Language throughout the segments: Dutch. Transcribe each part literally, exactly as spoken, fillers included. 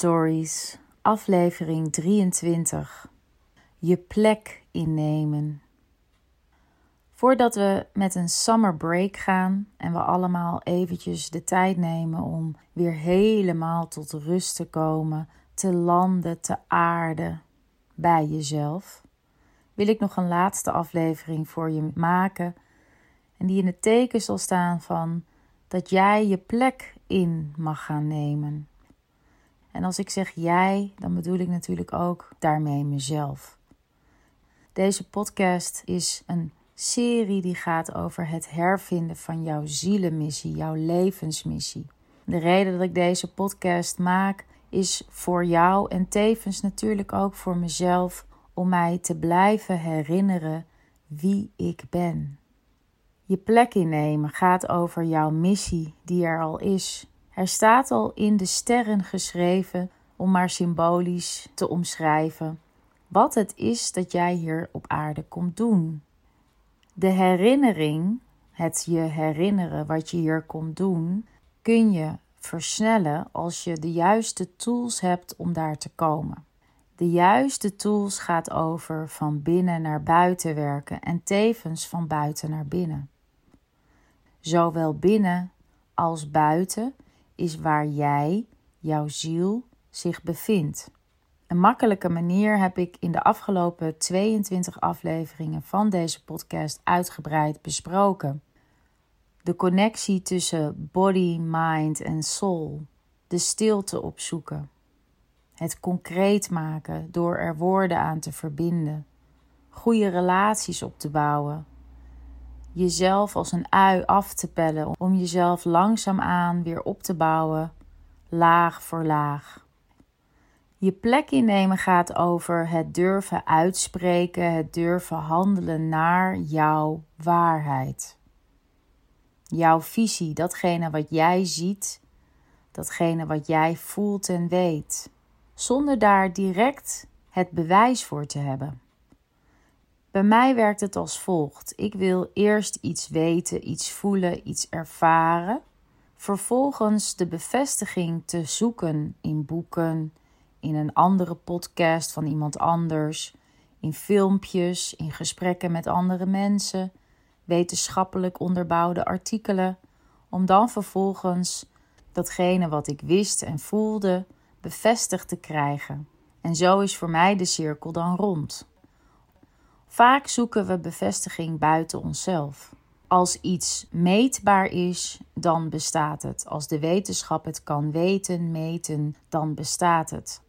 Stories, aflevering drieëntwintig. Je plek innemen. Voordat we met een summer break gaan en we allemaal eventjes de tijd nemen om weer helemaal tot rust te komen, te landen, te aarden bij jezelf, wil ik nog een laatste aflevering voor je maken en die in het teken zal staan van dat jij je plek in mag gaan nemen. En als ik zeg jij, dan bedoel ik natuurlijk ook daarmee mezelf. Deze podcast is een serie die gaat over het hervinden van jouw zielenmissie, jouw levensmissie. De reden dat ik deze podcast maak is voor jou en tevens natuurlijk ook voor mezelf om mij te blijven herinneren wie ik ben. Je plek innemen gaat over jouw missie die er al is. Er staat al in de sterren geschreven, om maar symbolisch te omschrijven, wat het is dat jij hier op aarde komt doen. De herinnering, het je herinneren wat je hier komt doen, kun je versnellen als je de juiste tools hebt om daar te komen. De juiste tools gaat over van binnen naar buiten werken en tevens van buiten naar binnen. Zowel binnen als buiten is waar jij, jouw ziel, zich bevindt. Een makkelijke manier heb ik in de afgelopen tweeëntwintig afleveringen van deze podcast uitgebreid besproken. De connectie tussen body, mind en soul. De stilte opzoeken. Het concreet maken door er woorden aan te verbinden. Goede relaties op te bouwen. Jezelf als een ui af te pellen om jezelf langzaamaan weer op te bouwen, laag voor laag. Je plek innemen gaat over het durven uitspreken, het durven handelen naar jouw waarheid. Jouw visie, datgene wat jij ziet, datgene wat jij voelt en weet, zonder daar direct het bewijs voor te hebben. Bij mij werkt het als volgt. Ik wil eerst iets weten, iets voelen, iets ervaren. Vervolgens de bevestiging te zoeken in boeken, in een andere podcast van iemand anders, in filmpjes, in gesprekken met andere mensen, wetenschappelijk onderbouwde artikelen, om dan vervolgens datgene wat ik wist en voelde bevestigd te krijgen. En zo is voor mij de cirkel dan rond. Vaak zoeken we bevestiging buiten onszelf. Als iets meetbaar is, dan bestaat het. Als de wetenschap het kan weten, meten, dan bestaat het.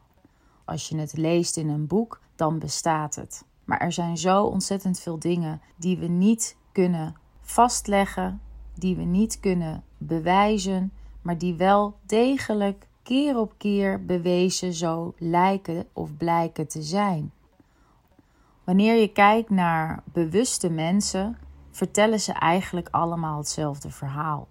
Als je het leest in een boek, dan bestaat het. Maar er zijn zo ontzettend veel dingen die we niet kunnen vastleggen, die we niet kunnen bewijzen, maar die wel degelijk keer op keer bewezen zo lijken of blijken te zijn. Wanneer je kijkt naar bewuste mensen, vertellen ze eigenlijk allemaal hetzelfde verhaal.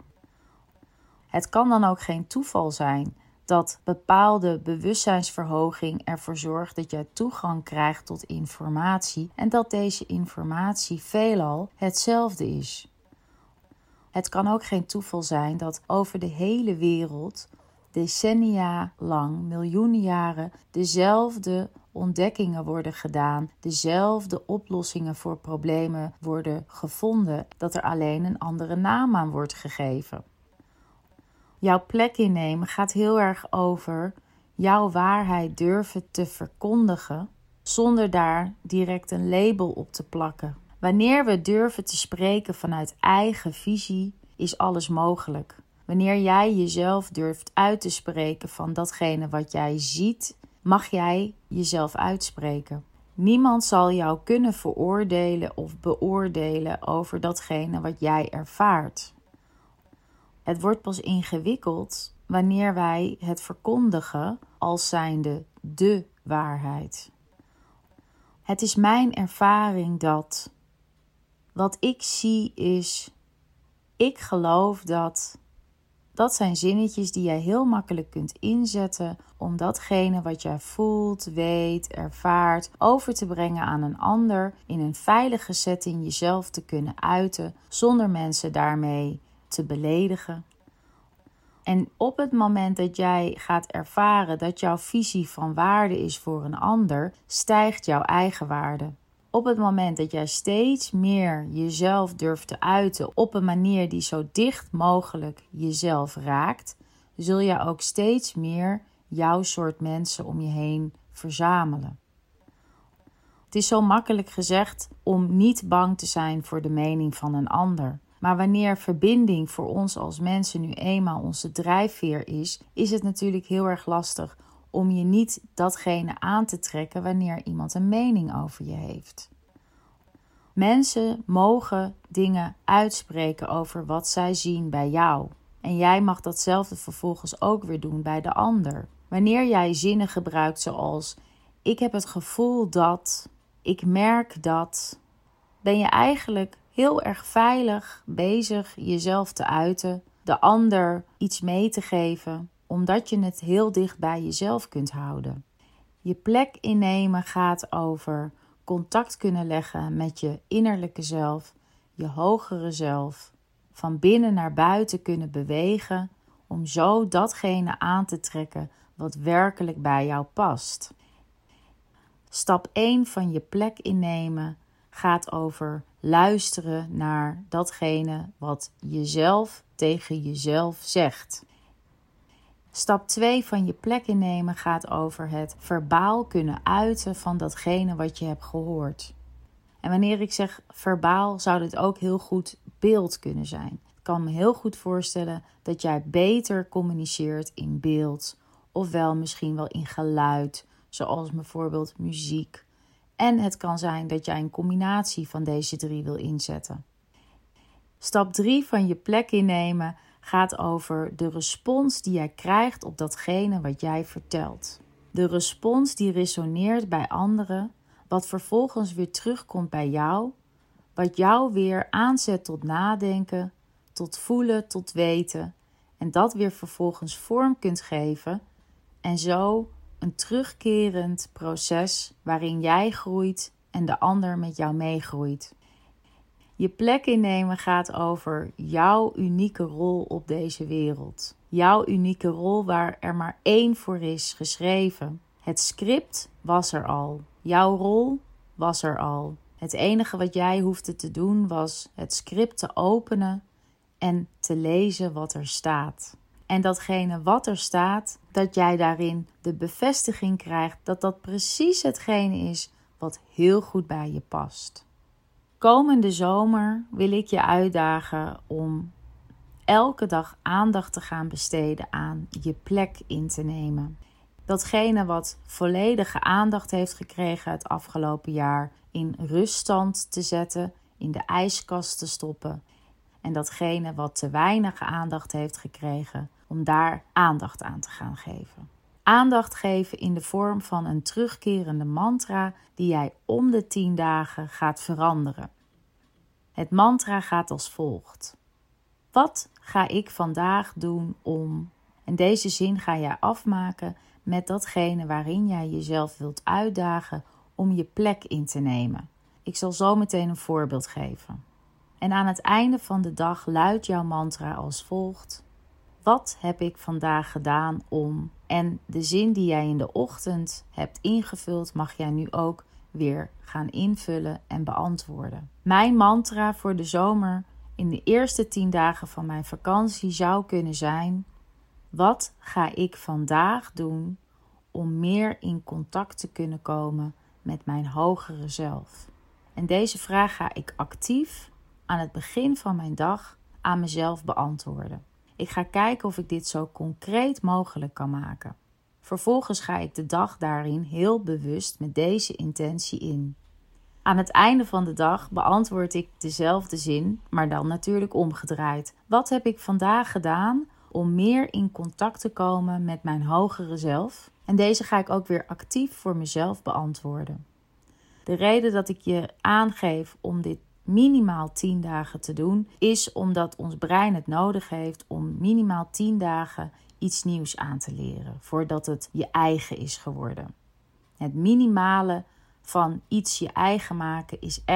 Het kan dan ook geen toeval zijn dat bepaalde bewustzijnsverhoging ervoor zorgt dat jij toegang krijgt tot informatie en dat deze informatie veelal hetzelfde is. Het kan ook geen toeval zijn dat over de hele wereld decennia lang, miljoenen jaren, dezelfde ontdekkingen worden gedaan, dezelfde oplossingen voor problemen worden gevonden, dat er alleen een andere naam aan wordt gegeven. Jouw plek innemen gaat heel erg over jouw waarheid durven te verkondigen, zonder daar direct een label op te plakken. Wanneer we durven te spreken vanuit eigen visie, is alles mogelijk. Wanneer jij jezelf durft uit te spreken van datgene wat jij ziet, mag jij jezelf uitspreken. Niemand zal jou kunnen veroordelen of beoordelen over datgene wat jij ervaart. Het wordt pas ingewikkeld wanneer wij het verkondigen als zijnde de waarheid. Het is mijn ervaring dat wat ik zie is, ik geloof dat. Dat zijn zinnetjes die jij heel makkelijk kunt inzetten om datgene wat jij voelt, weet, ervaart over te brengen aan een ander, in een veilige setting jezelf te kunnen uiten zonder mensen daarmee te beledigen. En op het moment dat jij gaat ervaren dat jouw visie van waarde is voor een ander, stijgt jouw eigen waarde. Op het moment dat jij steeds meer jezelf durft te uiten op een manier die zo dicht mogelijk jezelf raakt, zul je ook steeds meer jouw soort mensen om je heen verzamelen. Het is zo makkelijk gezegd om niet bang te zijn voor de mening van een ander. Maar wanneer verbinding voor ons als mensen nu eenmaal onze drijfveer is, is het natuurlijk heel erg lastig om je niet datgene aan te trekken wanneer iemand een mening over je heeft. Mensen mogen dingen uitspreken over wat zij zien bij jou. En jij mag datzelfde vervolgens ook weer doen bij de ander. Wanneer jij zinnen gebruikt zoals ik heb het gevoel dat, ik merk dat, ben je eigenlijk heel erg veilig bezig jezelf te uiten, de ander iets mee te geven, omdat je het heel dicht bij jezelf kunt houden. Je plek innemen gaat over contact kunnen leggen met je innerlijke zelf, je hogere zelf, van binnen naar buiten kunnen bewegen, om zo datgene aan te trekken wat werkelijk bij jou past. Stap één van je plek innemen gaat over luisteren naar datgene wat jezelf tegen jezelf zegt. Stap twee van je plek innemen gaat over het verbaal kunnen uiten van datgene wat je hebt gehoord. En wanneer ik zeg verbaal, zou dit ook heel goed beeld kunnen zijn. Ik kan me heel goed voorstellen dat jij beter communiceert in beeld, ofwel misschien wel in geluid, zoals bijvoorbeeld muziek. En het kan zijn dat jij een combinatie van deze drie wil inzetten. Stap drie van je plek innemen gaat over de respons die jij krijgt op datgene wat jij vertelt. De respons die resoneert bij anderen, wat vervolgens weer terugkomt bij jou, wat jou weer aanzet tot nadenken, tot voelen, tot weten, en dat weer vervolgens vorm kunt geven en zo een terugkerend proces waarin jij groeit en de ander met jou meegroeit. Je plek innemen gaat over jouw unieke rol op deze wereld. Jouw unieke rol waar er maar één voor is geschreven. Het script was er al. Jouw rol was er al. Het enige wat jij hoefde te doen was het script te openen en te lezen wat er staat. En datgene wat er staat, dat jij daarin de bevestiging krijgt dat dat precies hetgene is wat heel goed bij je past. Komende zomer wil ik je uitdagen om elke dag aandacht te gaan besteden aan je plek in te nemen. Datgene wat volledige aandacht heeft gekregen het afgelopen jaar in ruststand te zetten, in de ijskast te stoppen. En datgene wat te weinig aandacht heeft gekregen, om daar aandacht aan te gaan geven. Aandacht geven in de vorm van een terugkerende mantra die jij om de tien dagen gaat veranderen. Het mantra gaat als volgt. Wat ga ik vandaag doen om... En deze zin ga jij afmaken met datgene waarin jij jezelf wilt uitdagen om je plek in te nemen. Ik zal zo meteen een voorbeeld geven. En aan het einde van de dag luidt jouw mantra als volgt. Wat heb ik vandaag gedaan om... En de zin die jij in de ochtend hebt ingevuld mag jij nu ook weer gaan invullen en beantwoorden. Mijn mantra voor de zomer in de eerste tien dagen van mijn vakantie zou kunnen zijn... Wat ga ik vandaag doen om meer in contact te kunnen komen met mijn hogere zelf? En deze vraag ga ik actief aan het begin van mijn dag aan mezelf beantwoorden. Ik ga kijken of ik dit zo concreet mogelijk kan maken. Vervolgens ga ik de dag daarin heel bewust met deze intentie in. Aan het einde van de dag beantwoord ik dezelfde zin, maar dan natuurlijk omgedraaid. Wat heb ik vandaag gedaan om meer in contact te komen met mijn hogere zelf? En deze ga ik ook weer actief voor mezelf beantwoorden. De reden dat ik je aangeef om dit minimaal tien dagen te doen, is omdat ons brein het nodig heeft om minimaal tien dagen iets nieuws aan te leren, voordat het je eigen is geworden. Het minimale van iets je eigen maken is echt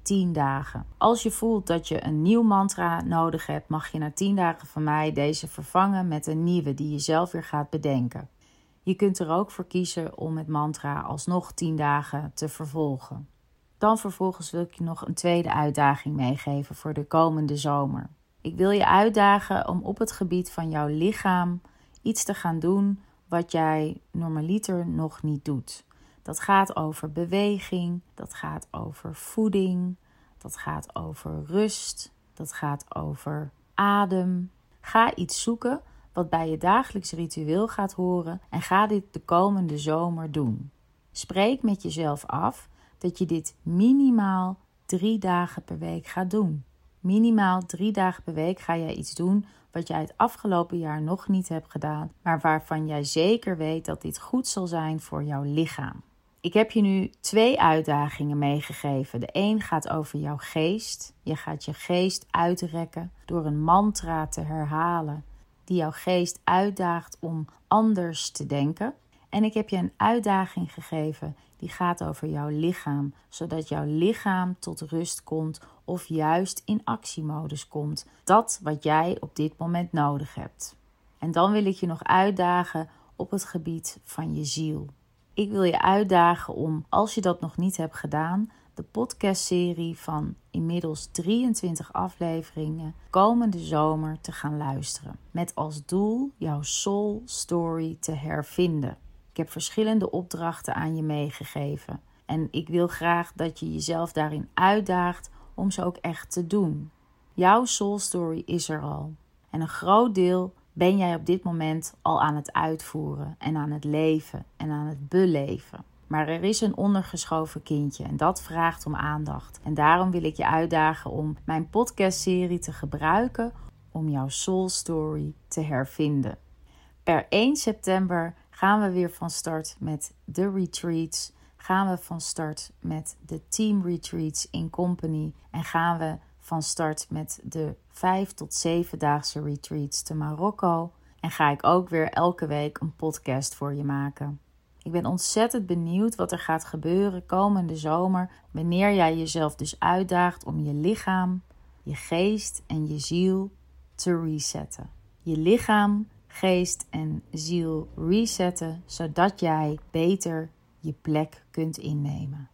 tien dagen. Als je voelt dat je een nieuw mantra nodig hebt, mag je na tien dagen van mij deze vervangen met een nieuwe die je zelf weer gaat bedenken. Je kunt er ook voor kiezen om het mantra alsnog tien dagen te vervolgen. Dan vervolgens wil ik je nog een tweede uitdaging meegeven voor de komende zomer. Ik wil je uitdagen om op het gebied van jouw lichaam iets te gaan doen wat jij normaliter nog niet doet. Dat gaat over beweging, dat gaat over voeding, dat gaat over rust, dat gaat over adem. Ga iets zoeken wat bij je dagelijks ritueel gaat horen en ga dit de komende zomer doen. Spreek met jezelf af dat je dit minimaal drie dagen per week gaat doen. Minimaal drie dagen per week ga jij iets doen wat jij het afgelopen jaar nog niet hebt gedaan, maar waarvan jij zeker weet dat dit goed zal zijn voor jouw lichaam. Ik heb je nu twee uitdagingen meegegeven. De een gaat over jouw geest. Je gaat je geest uitrekken door een mantra te herhalen die jouw geest uitdaagt om anders te denken. En ik heb je een uitdaging gegeven die gaat over jouw lichaam, zodat jouw lichaam tot rust komt of juist in actiemodus komt. Dat wat jij op dit moment nodig hebt. En dan wil ik je nog uitdagen op het gebied van je ziel. Ik wil je uitdagen om, als je dat nog niet hebt gedaan, de podcastserie van inmiddels drieëntwintig afleveringen komende zomer te gaan luisteren. Met als doel jouw soul story te hervinden. Ik heb verschillende opdrachten aan je meegegeven. En ik wil graag dat je jezelf daarin uitdaagt om ze ook echt te doen. Jouw soul story is er al. En een groot deel ben jij op dit moment al aan het uitvoeren en aan het leven en aan het beleven. Maar er is een ondergeschoven kindje en dat vraagt om aandacht. En daarom wil ik je uitdagen om mijn podcastserie te gebruiken om jouw soul story te hervinden. Per één september gaan we weer van start met de retreats. Gaan we van start met de team retreats in company. En gaan we van start met de vijf tot zevendaagse retreats te Marokko. En ga ik ook weer elke week een podcast voor je maken. Ik ben ontzettend benieuwd wat er gaat gebeuren komende zomer. Wanneer jij jezelf dus uitdaagt om je lichaam, je geest en je ziel te resetten. Je lichaam, geest en ziel resetten, zodat jij beter je plek kunt innemen.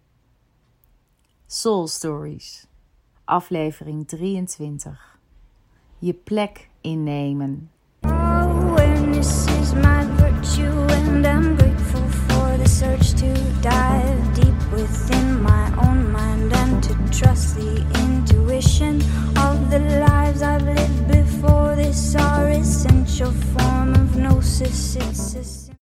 Soul Stories, aflevering drieëntwintig. Je plek innemen. Awareness is my virtue and I'm grateful.